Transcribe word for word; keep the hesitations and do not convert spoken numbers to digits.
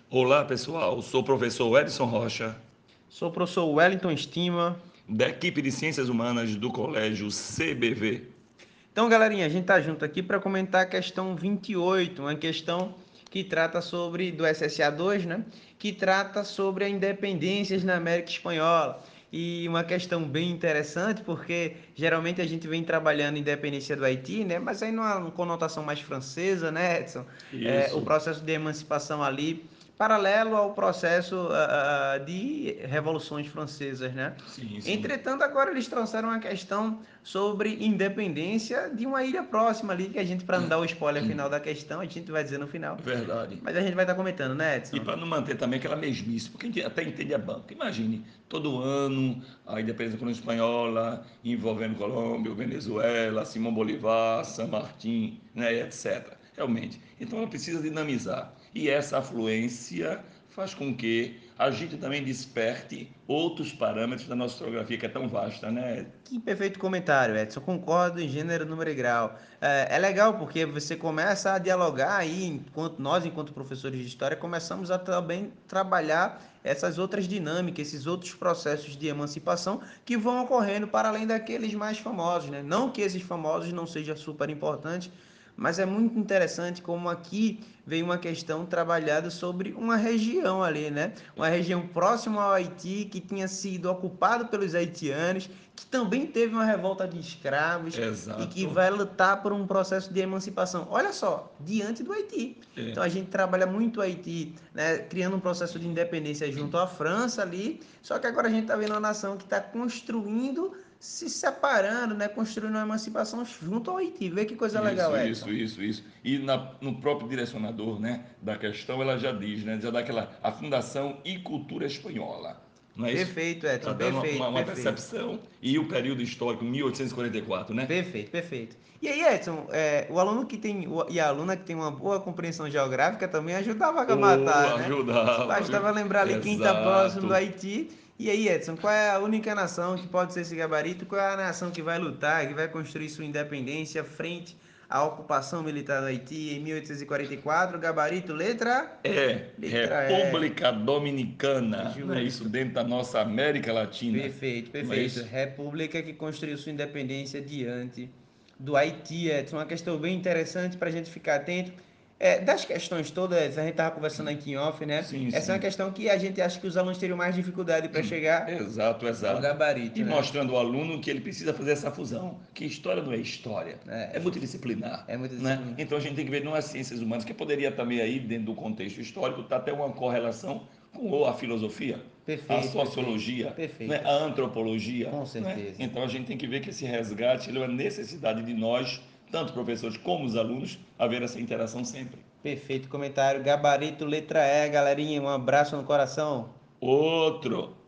Olá, pessoal. Sou o professor Edson Rocha, Sou o professor Wellington Estima. da equipe de Ciências Humanas do Colégio C B V. Então, galerinha, a gente tá junto aqui para comentar a questão vinte e oito, uma questão que trata sobre do S S A dois, né? Que trata sobre a independências na América Espanhola. E uma questão bem interessante, porque geralmente a gente vem trabalhando a independência do Haiti, né? Mas aí numa conotação mais francesa, né, Edson? É, o Isso. processo de emancipação ali, paralelo ao processo uh, de revoluções francesas, né? Sim, sim. Entretanto, agora eles trouxeram uma questão sobre independência de uma ilha próxima ali, que a gente, para não dar o spoiler final da questão, a gente vai dizer no final. Verdade. Mas a gente vai estar comentando, né, E Edson? para não manter também aquela mesmice, porque a gente até entende a banca. Imagine, todo ano a independência colônia espanhola envolvendo Colômbia, Venezuela, Simão Bolívar, San Martín, né, etcétera. Realmente. Então ela precisa dinamizar. E essa afluência faz com que a gente também desperte outros parâmetros da nossa historiografia, que é tão vasta, né? Que perfeito comentário, Edson. Concordo em gênero, número e grau. É, é legal porque você começa a dialogar aí, enquanto nós, enquanto professores de história, começamos a também trabalhar essas outras dinâmicas, esses outros processos de emancipação que vão ocorrendo para além daqueles mais famosos, né? Não que esses famosos não sejam super importantes, mas é muito interessante como aqui veio uma questão trabalhada sobre uma região ali, né? Uma região próxima ao Haiti que tinha sido ocupada pelos haitianos, que também teve uma revolta de escravos e que Exato. vai lutar por um processo de emancipação. Olha só, diante do Haiti. É. Então a gente trabalha muito o Haiti, né, criando um processo de independência junto à França ali, só que agora a gente está vendo uma nação que está construindo, se separando, né, construindo uma emancipação junto ao Haiti. Vê que coisa Isso, legal, isso, Edson. isso, isso. E na, no próprio direcionador, né, da questão, ela já diz, né, já dá aquela a Fundação e Cultura Espanhola, não é isso? Perfeito, Já Edson, dando uma, uma, perfeito, uma perfeito. percepção. E o período histórico, mil oitocentos e quarenta e quatro, né? Perfeito, perfeito. E aí, Edson, é, o aluno que tem o- e a aluna que tem uma boa compreensão geográfica também ajuda a vaga Ou matar, né? ajudava, Bastava viu? lembrar ali quem está próximo do Exato. Haiti. E aí, Edson, qual é a única nação que pode ser esse gabarito? Qual é a nação que vai lutar, que vai construir sua independência frente à ocupação militar do Haiti em mil oitocentos e quarenta e quatro? Gabarito, letra? É Letra E. República Dominicana, não é isso? Justo. Dentro da nossa América Latina, Perfeito, não é perfeito. isso? República que construiu sua independência diante do Haiti, Edson. Uma questão bem interessante para a gente ficar atento. É, das questões todas, a gente estava conversando aqui em off, né? Sim, Essa é uma sim. questão que a gente acha que os alunos teriam mais dificuldade para chegar Exato, ao exato. gabarito, E né? mostrando ao aluno que ele precisa fazer essa fusão, que história não é história, É, é multidisciplinar, é muita né? disciplina. Então a gente tem que ver não as ciências humanas, que poderia também aí, dentro do contexto histórico, estar até uma correlação com a filosofia, a Perfeito, perfeito, sociologia, né? perfeito. A antropologia, Com né? certeza. Então a gente tem que ver que esse resgate ele é uma necessidade de nós, tanto professores como os alunos, haver essa interação sempre. Perfeito comentário. Gabarito, letra E, galerinha. Um abraço no coração. Outro